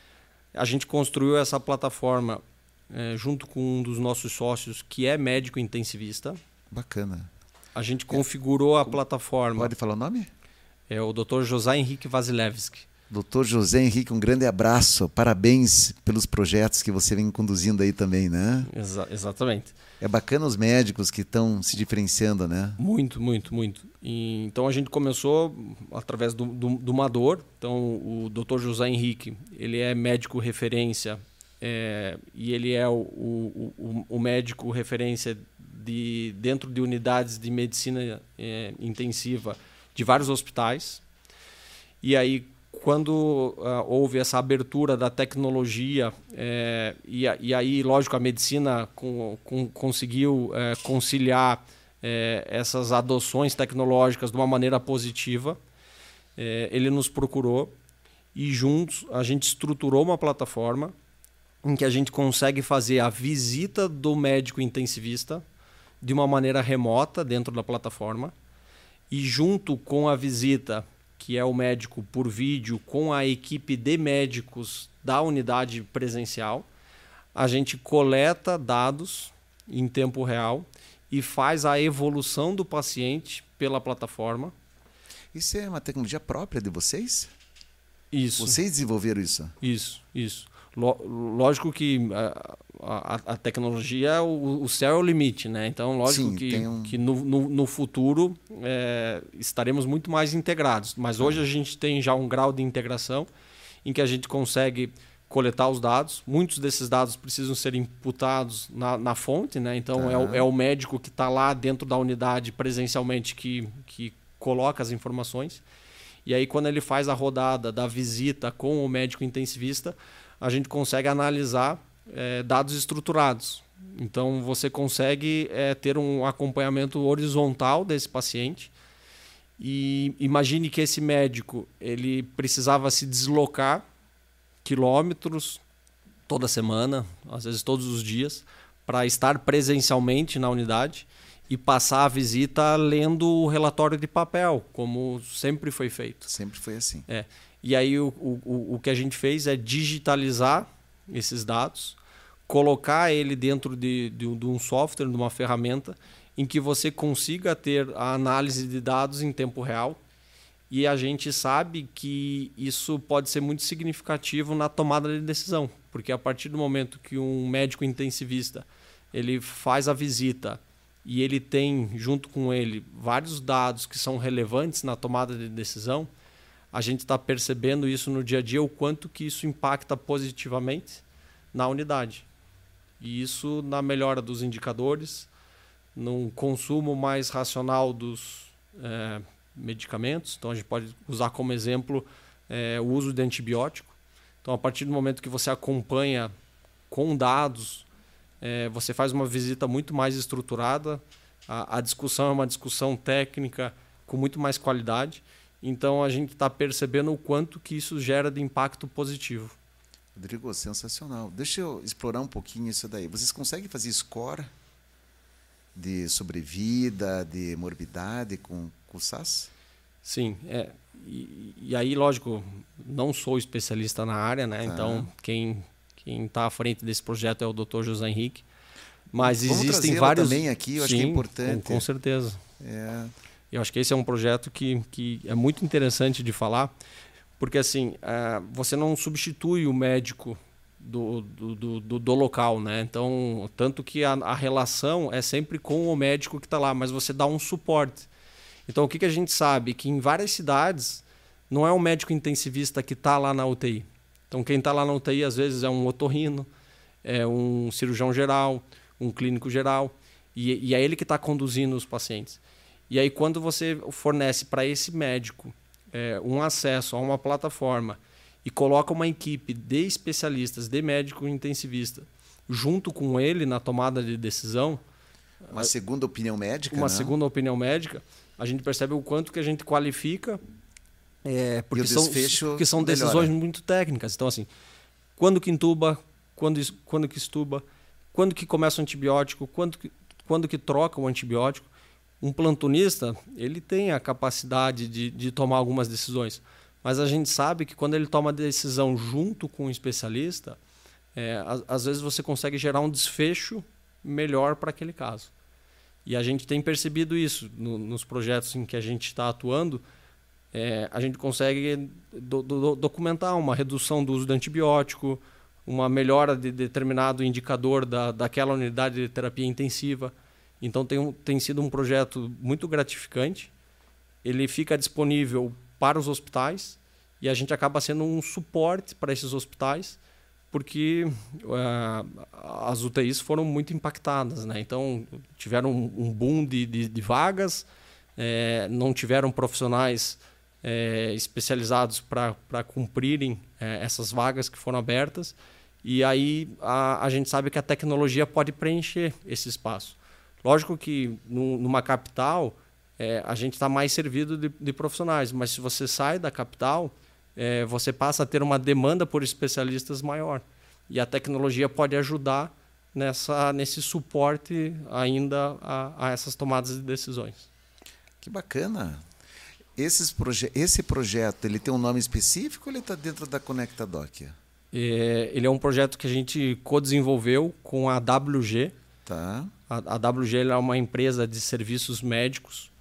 Speaker 2: A gente construiu essa plataforma é, junto com um dos nossos sócios, que é médico intensivista.
Speaker 1: Bacana.
Speaker 2: A gente configurou a plataforma.
Speaker 1: Pode falar o nome?
Speaker 2: É o doutor José Henrique Vasilevski.
Speaker 1: doutor José Henrique, um grande abraço. Parabéns pelos projetos que você vem conduzindo aí também, né?
Speaker 2: Exa- exatamente.
Speaker 1: É bacana os médicos que estão se diferenciando, né?
Speaker 2: Muito, muito, muito. E, então a gente começou através do, do, do Mador. Então o doutor José Henrique, ele é médico referência é, e ele é o, o, o, o médico referência de, dentro de unidades de medicina é, intensiva de vários hospitais. E aí, quando uh, houve essa abertura da tecnologia, é, e, e aí, lógico, a medicina com, com, conseguiu é, conciliar é, essas adoções tecnológicas de uma maneira positiva, é, ele nos procurou e juntos a gente estruturou uma plataforma em que a gente consegue fazer a visita do médico intensivista de uma maneira remota dentro da plataforma e junto com a visita, que é o médico por vídeo, com a equipe de médicos da unidade presencial, a gente coleta dados em tempo real e faz a evolução do paciente pela plataforma.
Speaker 1: Isso é uma tecnologia própria de vocês?
Speaker 2: Isso.
Speaker 1: Vocês desenvolveram isso?
Speaker 2: Isso, isso. Lógico que a, a, a tecnologia, o, o céu é o limite, né? Então, lógico Sim, que, um... que no, no, no futuro é, estaremos muito mais integrados. Mas hoje a gente tem já um grau de integração em que a gente consegue coletar os dados. Muitos desses dados precisam ser imputados na, na fonte, né? Então, tá. é, o, é o médico que está lá dentro da unidade presencialmente que, que coloca as informações. E aí, quando ele faz a rodada da visita com o médico intensivista, a gente consegue analisar é, dados estruturados. Então, você consegue é, ter um acompanhamento horizontal desse paciente. E imagine que esse médico ele precisava se deslocar quilômetros toda semana, às vezes todos os dias, para estar presencialmente na unidade e passar a visita lendo o relatório de papel, como sempre foi feito.
Speaker 1: Sempre foi assim.
Speaker 2: É. E aí o, o, o que a gente fez é digitalizar esses dados, colocar ele dentro de, de, de um software, de uma ferramenta, em que você consiga ter a análise de dados em tempo real E a gente sabe que isso pode ser muito significativo na tomada de decisão, porque a partir do momento que um médico intensivista ele faz a visita e ele tem junto com ele vários dados que são relevantes na tomada de decisão, a gente está percebendo isso no dia a dia, o quanto que isso impacta positivamente na unidade. E isso na melhora dos indicadores, num consumo mais racional dos é, medicamentos. Então a gente pode usar como exemplo é, o uso de antibiótico. Então a partir do momento que você acompanha com dados, é, você faz uma visita muito mais estruturada, a, a discussão é uma discussão técnica com muito mais qualidade. Então a gente está percebendo o quanto que isso gera de impacto positivo.
Speaker 1: Rodrigo, sensacional. Deixa eu explorar um pouquinho isso daí. Vocês conseguem fazer score de sobrevida, de morbidade com, com o S A S?
Speaker 2: Sim. É, e, e aí, lógico, não sou especialista na área, né? Tá. Então quem quem está à frente desse projeto é o doutor José Henrique. Mas
Speaker 1: Vamos
Speaker 2: existem vários...
Speaker 1: também aqui, eu
Speaker 2: Sim,
Speaker 1: acho que é importante.
Speaker 2: Com, com certeza.
Speaker 1: É...
Speaker 2: Eu acho que esse é um projeto que, que é muito interessante de falar, porque assim, uh, você não substitui o médico do, do, do, do, do local, né? Então, tanto que a, a relação é sempre com o médico que está lá, mas você dá um suporte. Então, o que, que a gente sabe? Que em várias cidades não é o médico intensivista que está lá na U T I. Então, quem está lá na U T I, às vezes, é um otorrino, é um cirurgião geral, um clínico geral, e, e é ele que está conduzindo os pacientes. E aí, quando você fornece para esse médico é, um acesso a uma plataforma e coloca uma equipe de especialistas, de médico intensivista, junto com ele na tomada de decisão...
Speaker 1: Uma segunda opinião médica,
Speaker 2: Uma
Speaker 1: né?
Speaker 2: segunda opinião médica, a gente percebe o quanto que a gente qualifica, é, porque, são, porque são decisões melhora. Muito técnicas. Então, assim, quando que intuba, quando, quando que estuba, quando que começa o antibiótico, quando que, quando que troca o antibiótico. Um plantonista, ele tem a capacidade de, de tomar algumas decisões, mas a gente sabe que quando ele toma a decisão junto com o especialista, é, às, às vezes você consegue gerar um desfecho melhor para aquele caso. E a gente tem percebido isso no, nos projetos em que a gente está atuando, é, a gente consegue do, do, documentar uma redução do uso de antibiótico, uma melhora de determinado indicador da, daquela unidade de terapia intensiva. Então tem, um, tem sido um projeto muito gratificante, ele fica disponível para os hospitais e a gente acaba sendo um suporte para esses hospitais, porque uh, as U T Is foram muito impactadas, né? Então tiveram um, um boom de, de, de vagas, é, não tiveram profissionais é, especializados para cumprirem é, essas vagas que foram abertas, e aí a, a gente sabe que a tecnologia pode preencher esse espaço. Lógico que numa capital é, a gente está mais servido de, de profissionais, mas se você sai da capital, é, você passa a ter uma demanda por especialistas maior. E a tecnologia pode ajudar nessa, nesse suporte ainda a, a essas tomadas de decisões.
Speaker 1: Que bacana! Esses proje esse projeto ele tem um nome específico ou ele está dentro da ConectaDoc?
Speaker 2: É, ele é um projeto que a gente co-desenvolveu com a W G.
Speaker 1: Tá.
Speaker 2: A, a W G é uma empresa de serviços médicos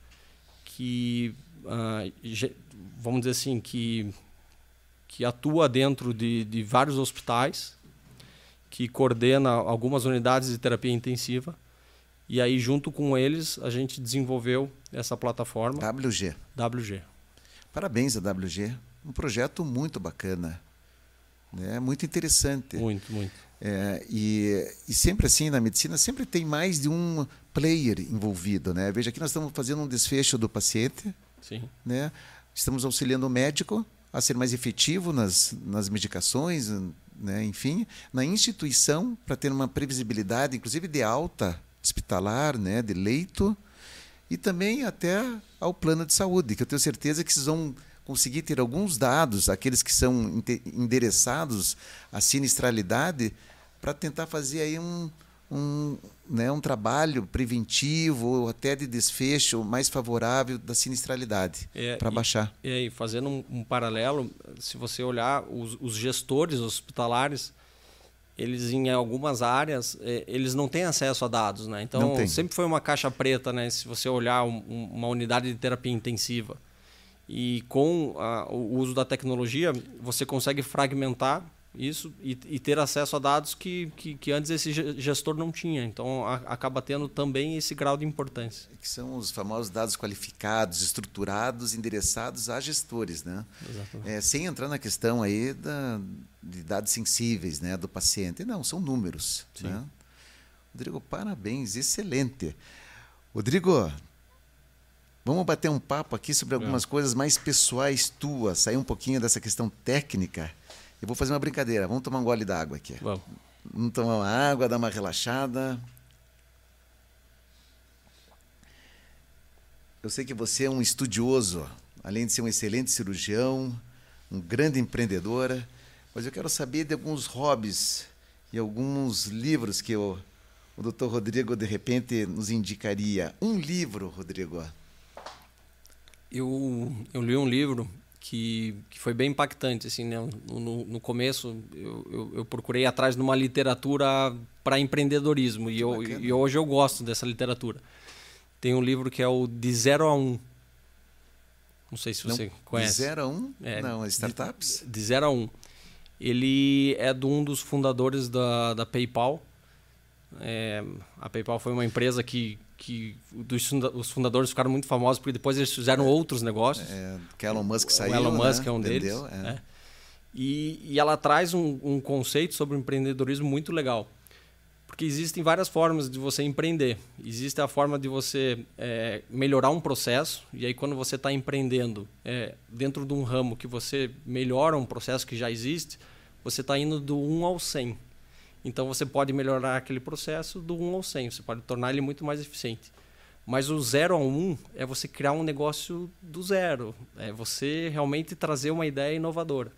Speaker 2: que, uh, vamos dizer assim, que, que atua dentro de, de vários hospitais, que coordena algumas unidades de terapia intensiva. E aí, junto com eles, a gente desenvolveu essa plataforma.
Speaker 1: W G.
Speaker 2: W G.
Speaker 1: Parabéns a W G. Um projeto muito bacana. Né? Muito interessante.
Speaker 2: Muito, muito.
Speaker 1: É, e, e sempre assim, na medicina, sempre tem mais de um player envolvido. Né? Veja, aqui nós estamos fazendo um desfecho do paciente.
Speaker 2: Sim.
Speaker 1: Né? Estamos auxiliando o médico a ser mais efetivo nas, nas medicações, né? Enfim, na instituição, para ter uma previsibilidade, inclusive de alta hospitalar, né? De leito, e também até ao plano de saúde, que eu tenho certeza que vocês vão conseguir ter alguns dados, aqueles que são endereçados à sinistralidade, para tentar fazer aí um, um, né, um trabalho preventivo ou até de desfecho mais favorável da sinistralidade, é, para baixar.
Speaker 2: E aí, fazendo um, um paralelo, se você olhar os, os gestores hospitalares, eles em algumas áreas, é, eles não têm acesso a dados, né? Então, sempre foi uma caixa preta, né? Se você olhar um, uma unidade de terapia intensiva. E com a, o uso da tecnologia, você consegue fragmentar isso e, e ter acesso a dados que, que, que antes esse gestor não tinha. Então, a, acaba tendo também esse grau de importância.
Speaker 1: Que são os famosos dados qualificados, estruturados, endereçados a gestores, né?
Speaker 2: Exatamente.
Speaker 1: É, sem entrar na questão aí da, de dados sensíveis, né, do paciente. Não, são números. Né? Rodrigo, parabéns, excelente. Rodrigo, vamos bater um papo aqui sobre algumas é. coisas mais pessoais tuas, sair um pouquinho dessa questão técnica. Eu vou fazer uma brincadeira. Vamos tomar um gole d'água aqui.
Speaker 2: Vamos.
Speaker 1: Vamos tomar uma água, dar uma relaxada. Eu sei que você é um estudioso, além de ser um excelente cirurgião, um grande empreendedor, mas eu quero saber de alguns hobbies e alguns livros que eu, o doutor Rodrigo, de repente, nos indicaria. Um livro, Rodrigo.
Speaker 2: Eu, eu li um livro... Que, que foi bem impactante. Assim, né? no, no começo, eu, eu, eu procurei atrás de uma literatura para empreendedorismo e, eu, e hoje eu gosto dessa literatura. Tem um livro que é o De Zero a Um. Não sei se você
Speaker 1: Não,
Speaker 2: conhece.
Speaker 1: De Zero a Um?
Speaker 2: É,
Speaker 1: Não, startups?
Speaker 2: De, de Zero a Um. Ele é de um dos fundadores da, da PayPal. É, a PayPal foi uma empresa que, que dos, os fundadores ficaram muito famosos porque depois eles fizeram é, outros negócios.
Speaker 1: É, que Elon Musk saiu,
Speaker 2: o Elon Musk
Speaker 1: né?
Speaker 2: é um
Speaker 1: Vendeu,
Speaker 2: deles.
Speaker 1: É.
Speaker 2: É. E, e ela traz um, um conceito sobre o empreendedorismo muito legal. Porque existem várias formas de você empreender. Existe a forma de você é, melhorar um processo. E aí quando você está empreendendo é, dentro de um ramo que você melhora um processo que já existe, você está indo do um ao cem. Então, você pode melhorar aquele processo do um ao cem. Você pode tornar ele muito mais eficiente. Mas o zero a um é você criar um negócio do zero. É você realmente trazer uma ideia inovadora.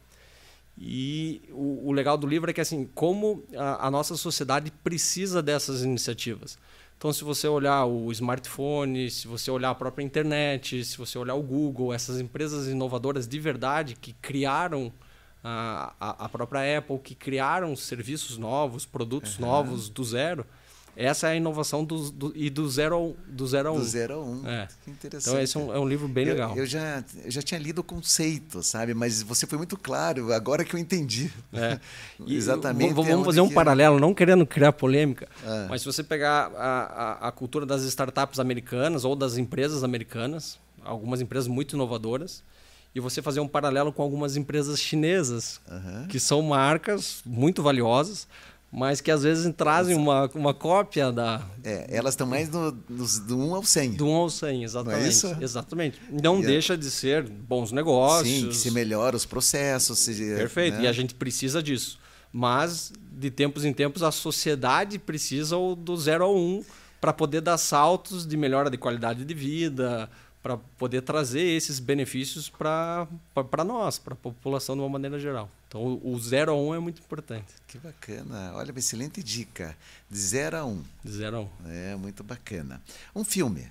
Speaker 2: E o, o legal do livro é que, assim, como a, a nossa sociedade precisa dessas iniciativas. Então, se você olhar o smartphone, se você olhar a própria internet, se você olhar o Google, essas empresas inovadoras de verdade que criaram... A, a própria Apple, que criaram serviços novos, produtos uhum. novos do zero. Essa é a inovação do, do, e do zero, do zero a um.
Speaker 1: Do zero a um.
Speaker 2: É.
Speaker 1: Que interessante.
Speaker 2: Então, esse é um, é um livro bem
Speaker 1: eu,
Speaker 2: legal.
Speaker 1: Eu já, eu já tinha lido o conceito, sabe? Mas você foi muito claro, agora que eu entendi.
Speaker 2: É. E,
Speaker 1: Exatamente.
Speaker 2: Vamos, vamos fazer um paralelo, não querendo criar polêmica,
Speaker 1: ah.
Speaker 2: mas se você pegar a, a, a cultura das startups americanas ou das empresas americanas, algumas empresas muito inovadoras, e você fazer um paralelo com algumas empresas chinesas,
Speaker 1: uhum.
Speaker 2: que são marcas muito valiosas, mas que às vezes trazem uma, uma cópia da...
Speaker 1: É, elas estão mais no, no, do um ao cem.
Speaker 2: Do um ao cem, exatamente.
Speaker 1: Não é isso?
Speaker 2: Exatamente. Não
Speaker 1: yeah.
Speaker 2: deixa de ser bons negócios.
Speaker 1: Sim, que se melhora os processos. Se,
Speaker 2: Perfeito,
Speaker 1: né?
Speaker 2: E a gente precisa disso. Mas, de tempos em tempos, a sociedade precisa do zero ao um para poder dar saltos de melhora de qualidade de vida, para poder trazer esses benefícios para nós, para a população de uma maneira geral. Então, o zero a um é muito importante.
Speaker 1: Que bacana. Olha, uma excelente dica. De zero a um.
Speaker 2: De zero a um.
Speaker 1: É, muito bacana. Um filme.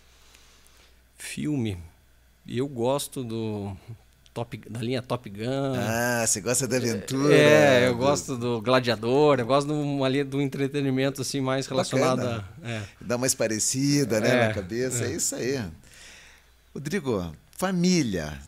Speaker 2: Filme. Eu gosto do Top, da linha Top Gun.
Speaker 1: Ah, você gosta da aventura.
Speaker 2: É, eu
Speaker 1: do...
Speaker 2: gosto do Gladiador, eu gosto de uma linha do entretenimento assim, mais relacionado a... É.
Speaker 1: Dá mais parecida, né,
Speaker 2: é,
Speaker 1: na cabeça. É. é isso aí. Rodrigo, família.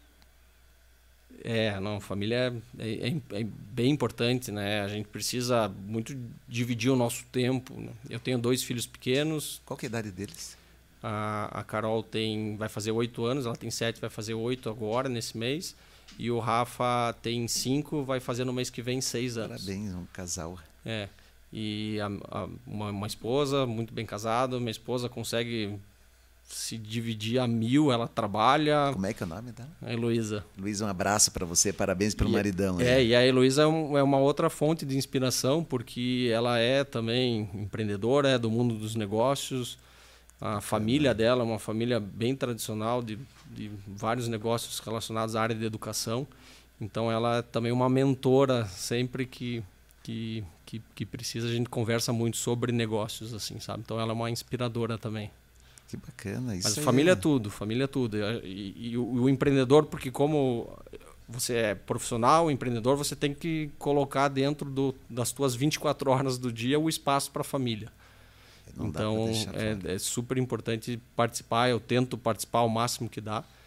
Speaker 2: É, não, família é, é, é bem importante, né? A gente precisa muito dividir o nosso tempo. Né? Eu tenho dois filhos pequenos.
Speaker 1: Qual que é a idade deles?
Speaker 2: A, a Carol tem, vai fazer oito anos, ela tem sete, vai fazer oito agora, nesse mês. E o Rafa tem cinco, vai fazer no mês que vem seis anos.
Speaker 1: Parabéns, um casal.
Speaker 2: É, e a, a, uma, uma esposa muito bem casada, minha esposa consegue... se dividir a mil, ela trabalha.
Speaker 1: Como é que é o nome dela?
Speaker 2: A Heloísa.
Speaker 1: Luísa, um abraço para você, parabéns pelo
Speaker 2: e,
Speaker 1: maridão.
Speaker 2: É,
Speaker 1: né?
Speaker 2: e a Heloísa é, um, é uma outra fonte de inspiração, porque ela é também empreendedora, é do mundo dos negócios. A família é, dela é uma família bem tradicional, de, de vários negócios relacionados à área de educação. Então, ela é também uma mentora, sempre que, que, que, que precisa, a gente conversa muito sobre negócios, assim, sabe? Então, ela é uma inspiradora também.
Speaker 1: Que bacana. Isso
Speaker 2: Mas
Speaker 1: aí
Speaker 2: família
Speaker 1: é
Speaker 2: é tudo, família é tudo. E, e, e, o, e o empreendedor, porque como você é profissional, empreendedor, você tem que colocar dentro do, das tuas vinte e quatro horas do dia o espaço para a família.
Speaker 1: Não
Speaker 2: então, é, é super importante participar. Eu tento participar o máximo que dá.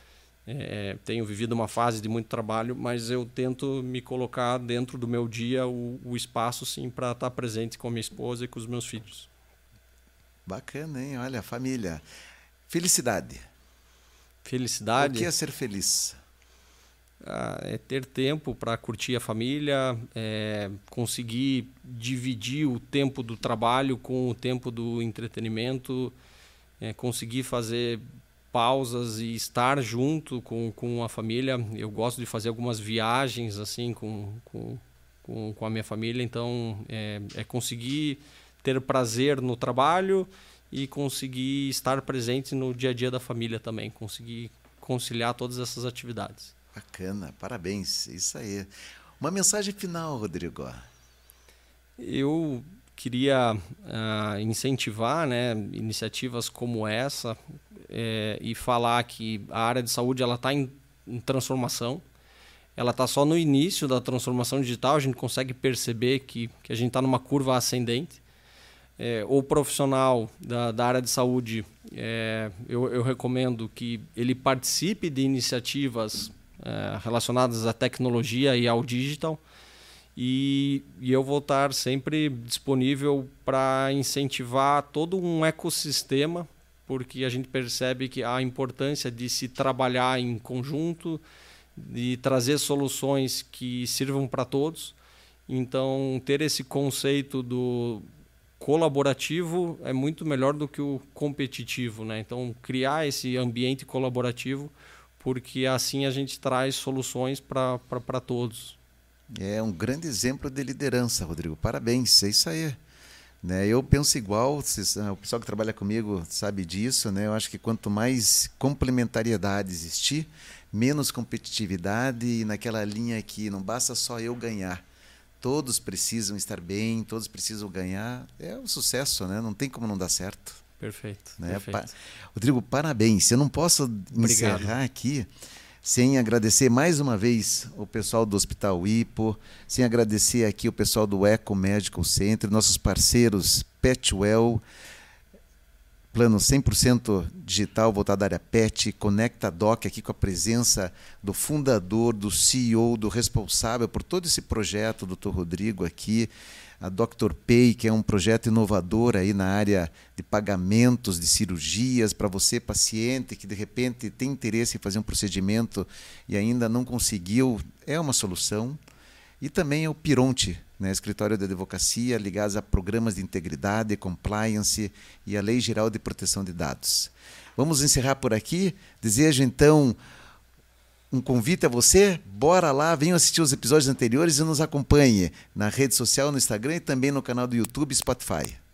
Speaker 2: É, tenho vivido uma fase de muito trabalho, mas eu tento me colocar dentro do meu dia o, o espaço, sim, para estar presente com a minha esposa e com os meus filhos.
Speaker 1: Bacana, hein? Olha, família. Felicidade.
Speaker 2: Felicidade.
Speaker 1: O que é ser feliz?
Speaker 2: Ah, é ter tempo para curtir a família, é conseguir dividir o tempo do trabalho com o tempo do entretenimento, é conseguir fazer pausas e estar junto com, com a família. Eu gosto de fazer algumas viagens assim com, com, com, com a minha família, então é, é conseguir ter prazer no trabalho e conseguir estar presente no dia a dia da família também, conseguir conciliar todas essas atividades.
Speaker 1: Bacana, parabéns, isso aí. Uma mensagem final, Rodrigo.
Speaker 2: Eu queria uh, incentivar, né, iniciativas como essa é, e falar que a área de saúde ela está em, em transformação. Ela está só no início da transformação digital, a gente consegue perceber que, que a gente está numa curva ascendente. É, o profissional da, da área de saúde, é, eu, eu recomendo que ele participe de iniciativas É, relacionadas à tecnologia e ao digital, e, e eu vou estar sempre disponível para incentivar todo um ecossistema, porque a gente percebe que a importância de se trabalhar em conjunto, de trazer soluções que sirvam para todos. Então, ter esse conceito do colaborativo é muito melhor do que o competitivo, né? Então, criar esse ambiente colaborativo, porque assim a gente traz soluções para todos.
Speaker 1: É um grande exemplo de liderança, Rodrigo. Parabéns, é isso aí. Né? Eu penso igual, o pessoal que trabalha comigo sabe disso, né? Eu acho que quanto mais complementariedade existir, menos competitividade, e naquela linha aqui, não basta só eu ganhar. Todos precisam estar bem, todos precisam ganhar. É um sucesso, né? Não tem como não dar certo.
Speaker 2: Perfeito.
Speaker 1: Né?
Speaker 2: perfeito.
Speaker 1: Pa Rodrigo, parabéns. Eu não posso encerrar Obrigado. aqui sem agradecer mais uma vez o pessoal do Hospital Hipo, sem agradecer aqui o pessoal do Eco Medical Center, nossos parceiros Petwell, plano cem por cento digital voltado à área pet, Conecta Doc, aqui com a presença do fundador, do C E O, do responsável por todo esse projeto, o doutor Rodrigo aqui, a doutor Pay, que é um projeto inovador aí na área de pagamentos de cirurgias para você, paciente, que de repente tem interesse em fazer um procedimento e ainda não conseguiu, é uma solução. E também é o Pironte, né, escritório de advocacia ligados a programas de integridade, compliance e a Lei Geral de Proteção de Dados. Vamos encerrar por aqui. Desejo então um convite a você, bora lá, venham assistir os episódios anteriores e nos acompanhe na rede social, no Instagram e também no canal do YouTube e Spotify.